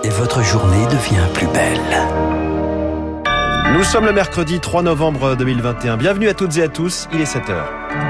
et votre journée devient plus belle. Nous sommes le mercredi 3 novembre 2021. Bienvenue à toutes et à tous, il est 7h.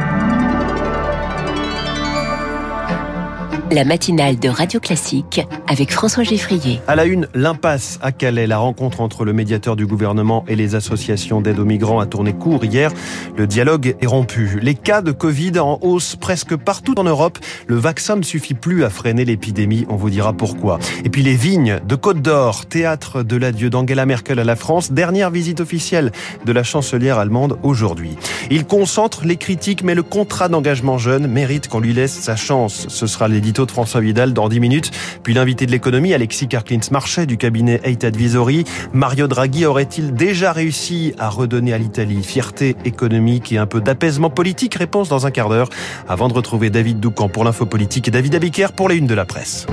La matinale de Radio Classique avec François Geffrier. À la une, l'impasse à Calais. La rencontre entre le médiateur du gouvernement et les associations d'aide aux migrants a tourné court hier. Le dialogue est rompu. Les cas de Covid en hausse presque partout en Europe. Le vaccin ne suffit plus à freiner l'épidémie. On vous dira pourquoi. Et puis les vignes de Côte d'Or, théâtre de l'adieu d'Angela Merkel à la France. Dernière visite officielle de la chancelière allemande aujourd'hui. Il concentre les critiques, mais le contrat d'engagement jeune mérite qu'on lui laisse sa chance. Ce sera l'édito de François Vidal dans 10 minutes. Puis l'invité de l'économie, Alexis Karklins-Marchais du cabinet Eight Advisory. Mario Draghi aurait-il déjà réussi à redonner à l'Italie fierté économique et un peu d'apaisement politique? Réponse dans un quart d'heure. Avant de retrouver David Doucan pour l'info politique et David Abiker pour les unes de la presse.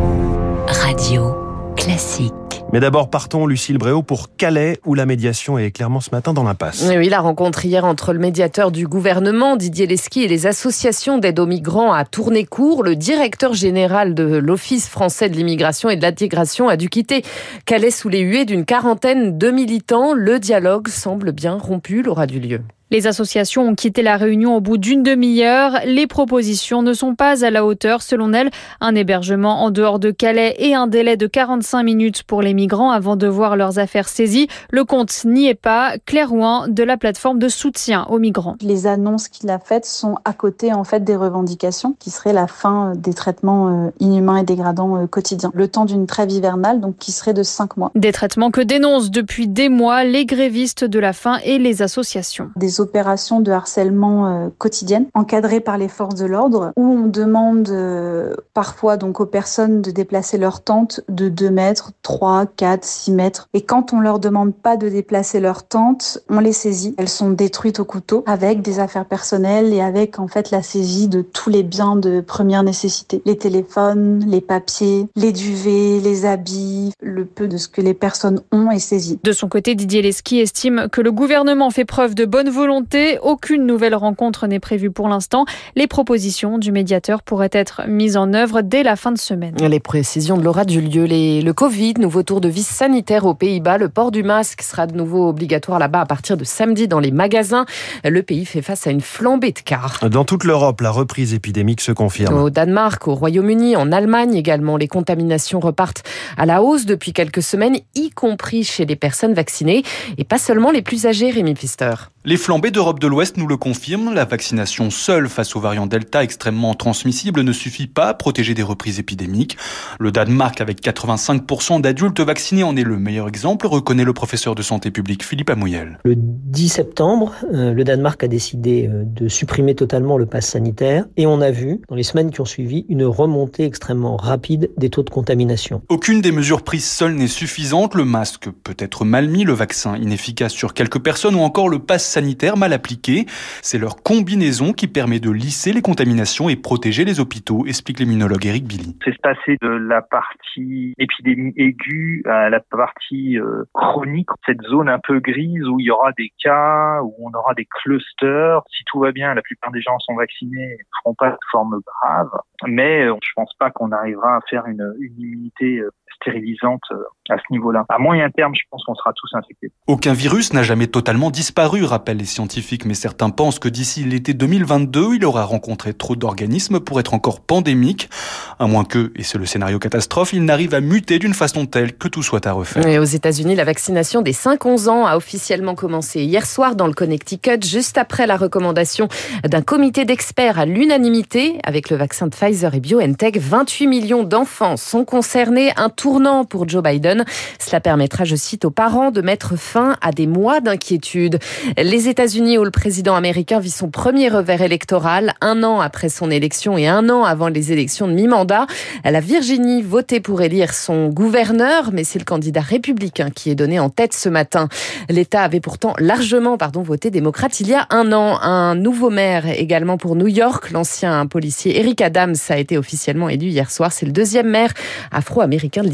Radio Classique. Mais d'abord, partons, Lucille Bréau, pour Calais, où la médiation est clairement ce matin dans l'impasse. Oui, la rencontre hier entre le médiateur du gouvernement, Didier Leschi, et les associations d'aide aux migrants a tourné court. Le directeur général de l'Office français de l'immigration et de l'intégration a dû quitter Calais sous les huées d'une quarantaine de militants. Le dialogue semble bien rompu, Laura Dulieu. Les associations ont quitté la réunion au bout d'une demi-heure. Les propositions ne sont pas à la hauteur, selon elles. Un hébergement en dehors de Calais et un délai de 45 minutes pour les migrants avant de voir leurs affaires saisies. Le compte n'y est pas. Claire Rouen de la plateforme de soutien aux migrants. Les annonces qu'il a faites sont à côté des revendications qui seraient la fin des traitements inhumains et dégradants quotidiens. Le temps d'une trêve hivernale, donc qui serait de 5 mois. Des traitements que dénoncent depuis des mois les grévistes de la faim et les associations. Des opérations de harcèlement quotidiennes encadrées par les forces de l'ordre où on demande parfois donc aux personnes de déplacer leur tente de 2 mètres, 3, 4, 6 mètres. Et quand on leur demande pas de déplacer leur tente, on les saisit. Elles sont détruites au couteau avec des affaires personnelles et avec la saisie de tous les biens de première nécessité. Les téléphones, les papiers, les duvets, les habits, le peu de ce que les personnes ont est saisi. De son côté, Didier Leschi estime que le gouvernement fait preuve de bonne volonté. Aucune nouvelle rencontre n'est prévue pour l'instant. Les propositions du médiateur pourraient être mises en œuvre dès la fin de semaine. Les précisions de Laura Dulieu. Le Covid, nouveau tour de vis sanitaire aux Pays-Bas. Le port du masque sera de nouveau obligatoire là-bas à partir de samedi dans les magasins. Le pays fait face à une flambée de cas. Dans toute l'Europe, la reprise épidémique se confirme. Au Danemark, au Royaume-Uni, en Allemagne également, les contaminations repartent à la hausse depuis quelques semaines, y compris chez les personnes vaccinées. Et pas seulement les plus âgées, Rémi Pfister. Les flambées d'Europe de l'Ouest nous le confirment. La vaccination seule face au variant Delta extrêmement transmissible ne suffit pas à protéger des reprises épidémiques. Le Danemark, avec 85% d'adultes vaccinés, en est le meilleur exemple, reconnaît le professeur de santé publique Philippe Amouyel. Le 10 septembre, le Danemark a décidé de supprimer totalement le pass sanitaire et on a vu, dans les semaines qui ont suivi, une remontée extrêmement rapide des taux de contamination. Aucune des mesures prises seule n'est suffisante. Le masque peut être mal mis, le vaccin inefficace sur quelques personnes ou encore le pass sanitaire mal appliqué. C'est leur combinaison qui permet de lisser les contaminations et protéger les hôpitaux, explique l'immunologue Eric Billy. C'est se passer de la partie épidémie aiguë à la partie chronique, cette zone un peu grise où il y aura des cas, où on aura des clusters. Si tout va bien, la plupart des gens sont vaccinés et ne feront pas de forme grave. Mais je pense pas qu'on arrivera à faire une immunité stérilisante à ce niveau-là. À moyen terme, je pense qu'on sera tous infectés. Aucun virus n'a jamais totalement disparu, rappellent les scientifiques, mais certains pensent que d'ici l'été 2022, il aura rencontré trop d'organismes pour être encore pandémique, à moins que, et c'est le scénario catastrophe, il n'arrive à muter d'une façon telle que tout soit à refaire. Et aux États-Unis, la vaccination des 5-11 ans a officiellement commencé hier soir dans le Connecticut, juste après la recommandation d'un comité d'experts à l'unanimité avec le vaccin de Pfizer et BioNTech. 28 millions d'enfants sont concernés, un tournant pour Joe Biden. Cela permettra, je cite, aux parents de mettre fin à des mois d'inquiétude. Les États-Unis, où le président américain vit son premier revers électoral, 1 an après son élection et 1 an avant les élections de mi-mandat. La Virginie votait pour élire son gouverneur, mais c'est le candidat républicain qui est donné en tête ce matin. L'État avait pourtant largement voté démocrate il y a 1 an. Un nouveau maire également pour New York. L'ancien policier Eric Adams a été officiellement élu hier soir. C'est le 2e maire afro-américain de l'histoire.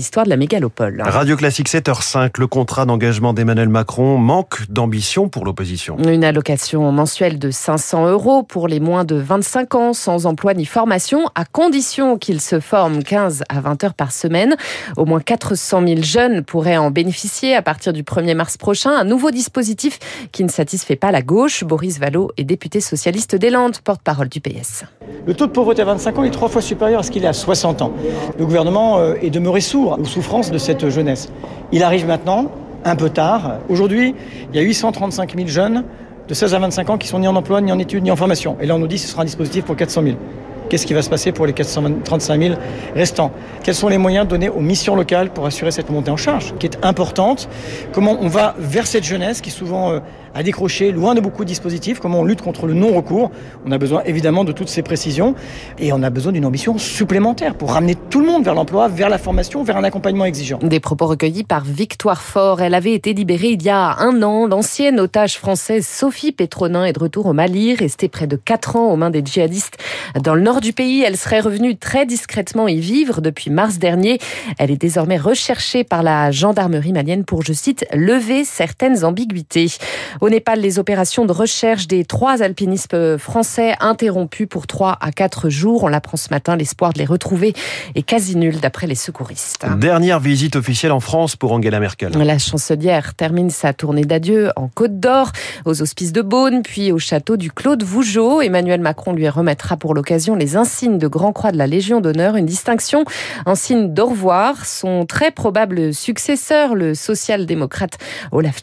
l'histoire de la mégalopole. Radio Classique 7h05, le contrat d'engagement d'Emmanuel Macron manque d'ambition pour l'opposition. Une allocation mensuelle de 500 € pour les moins de 25 ans sans emploi ni formation, à condition qu'ils se forment 15 à 20 heures par semaine. Au moins 400 000 jeunes pourraient en bénéficier à partir du 1er mars prochain. Un nouveau dispositif qui ne satisfait pas la gauche. Boris Vallaud est député socialiste des Landes, porte-parole du PS. Le taux de pauvreté à 25 ans est 3 fois supérieur à ce qu'il est à 60 ans. Le gouvernement est demeuré sourd aux souffrances de cette jeunesse. Il arrive maintenant, un peu tard. Aujourd'hui, il y a 835 000 jeunes de 16 à 25 ans qui sont ni en emploi, ni en études, ni en formation. Et là, on nous dit que ce sera un dispositif pour 400 000. Qu'est-ce qui va se passer pour les 435 000 restants? Quels sont les moyens donnés aux missions locales pour assurer cette montée en charge, qui est importante? Comment on va vers cette jeunesse qui souvent a décroché loin de beaucoup de dispositifs? Comment on lutte contre le non-recours? On a besoin évidemment de toutes ces précisions et on a besoin d'une ambition supplémentaire pour ramener tout le monde vers l'emploi, vers la formation, vers un accompagnement exigeant. Des propos recueillis par Victoire Fort. Elle avait été libérée il y a 1 an. L'ancienne otage française Sophie Pétronin est de retour au Mali, restée près de 4 ans aux mains des djihadistes dans le nord du pays. Elle serait revenue très discrètement y vivre depuis mars dernier. Elle est désormais recherchée par la gendarmerie malienne pour, je cite, lever certaines ambiguïtés. Au Népal, les opérations de recherche des 3 alpinistes français interrompues pour 3 à 4 jours. On l'apprend ce matin, l'espoir de les retrouver est quasi nul d'après les secouristes. Dernière visite officielle en France pour Angela Merkel. La chancelière termine sa tournée d'adieu en Côte d'Or, aux hospices de Beaune, puis au château du Clos de Vougeot. Emmanuel Macron lui remettra pour l'occasion les insignes de Grand Croix de la Légion d'honneur, une distinction en signe d'au revoir. Son très probable successeur, le social-démocrate Olaf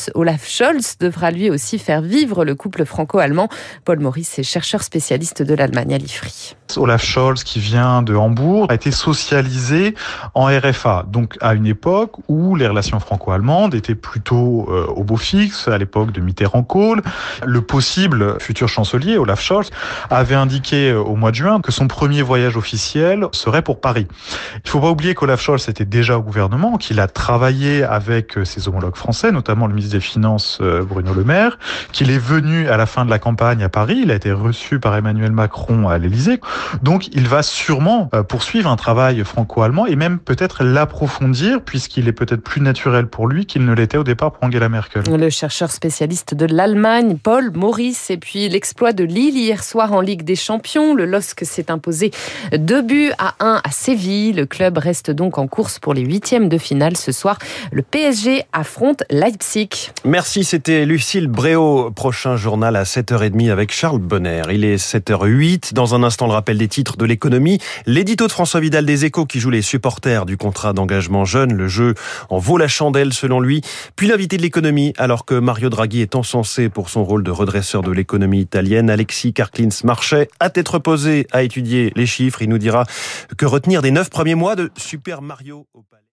Scholz, devra lui aussi faire vivre le couple franco-allemand. Paul Maurice est chercheur spécialiste de l'Allemagne à l'IFRI. Olaf Scholz, qui vient de Hambourg, a été socialisé en RFA, donc à une époque où les relations franco-allemandes étaient plutôt au beau fixe, à l'époque de Mitterrand-Kohl. Le possible futur chancelier, Olaf Scholz, avait indiqué au mois de juin que son premier voyage officiel serait pour Paris. Il ne faut pas oublier qu'Olaf Scholz était déjà au gouvernement, qu'il a travaillé avec ses homologues français, notamment le ministre des Finances Bruno Le Maire, qu'il est venu à la fin de la campagne à Paris, il a été reçu par Emmanuel Macron à l'Élysée. Donc il va sûrement poursuivre un travail franco-allemand et même peut-être l'approfondir, puisqu'il est peut-être plus naturel pour lui qu'il ne l'était au départ pour Angela Merkel. Le chercheur spécialiste de l'Allemagne, Paul Maurice, et puis l'exploit de Lille hier soir en Ligue des Champions. Le LOSC s'est imposé 2-1 à Séville. Le club reste donc en course pour les 8e de finale. Ce soir, le PSG affronte Leipzig. Merci, c'était Lucille Bréau. Prochain journal à 7h30 avec Charles Bonner. Il est 7h08. Dans un instant, le rappel des titres de l'économie. L'édito de François Vidal des Échos qui joue les supporters du contrat d'engagement jeune. Le jeu en vaut la chandelle selon lui. Puis l'invité de l'économie, alors que Mario Draghi est encensé pour son rôle de redresseur de l'économie italienne. Alexis Karklins-Marchais, à tête reposée, à étudier les chiffres. Il nous dira que retenir des 9 premiers mois de Super Mario au Palais.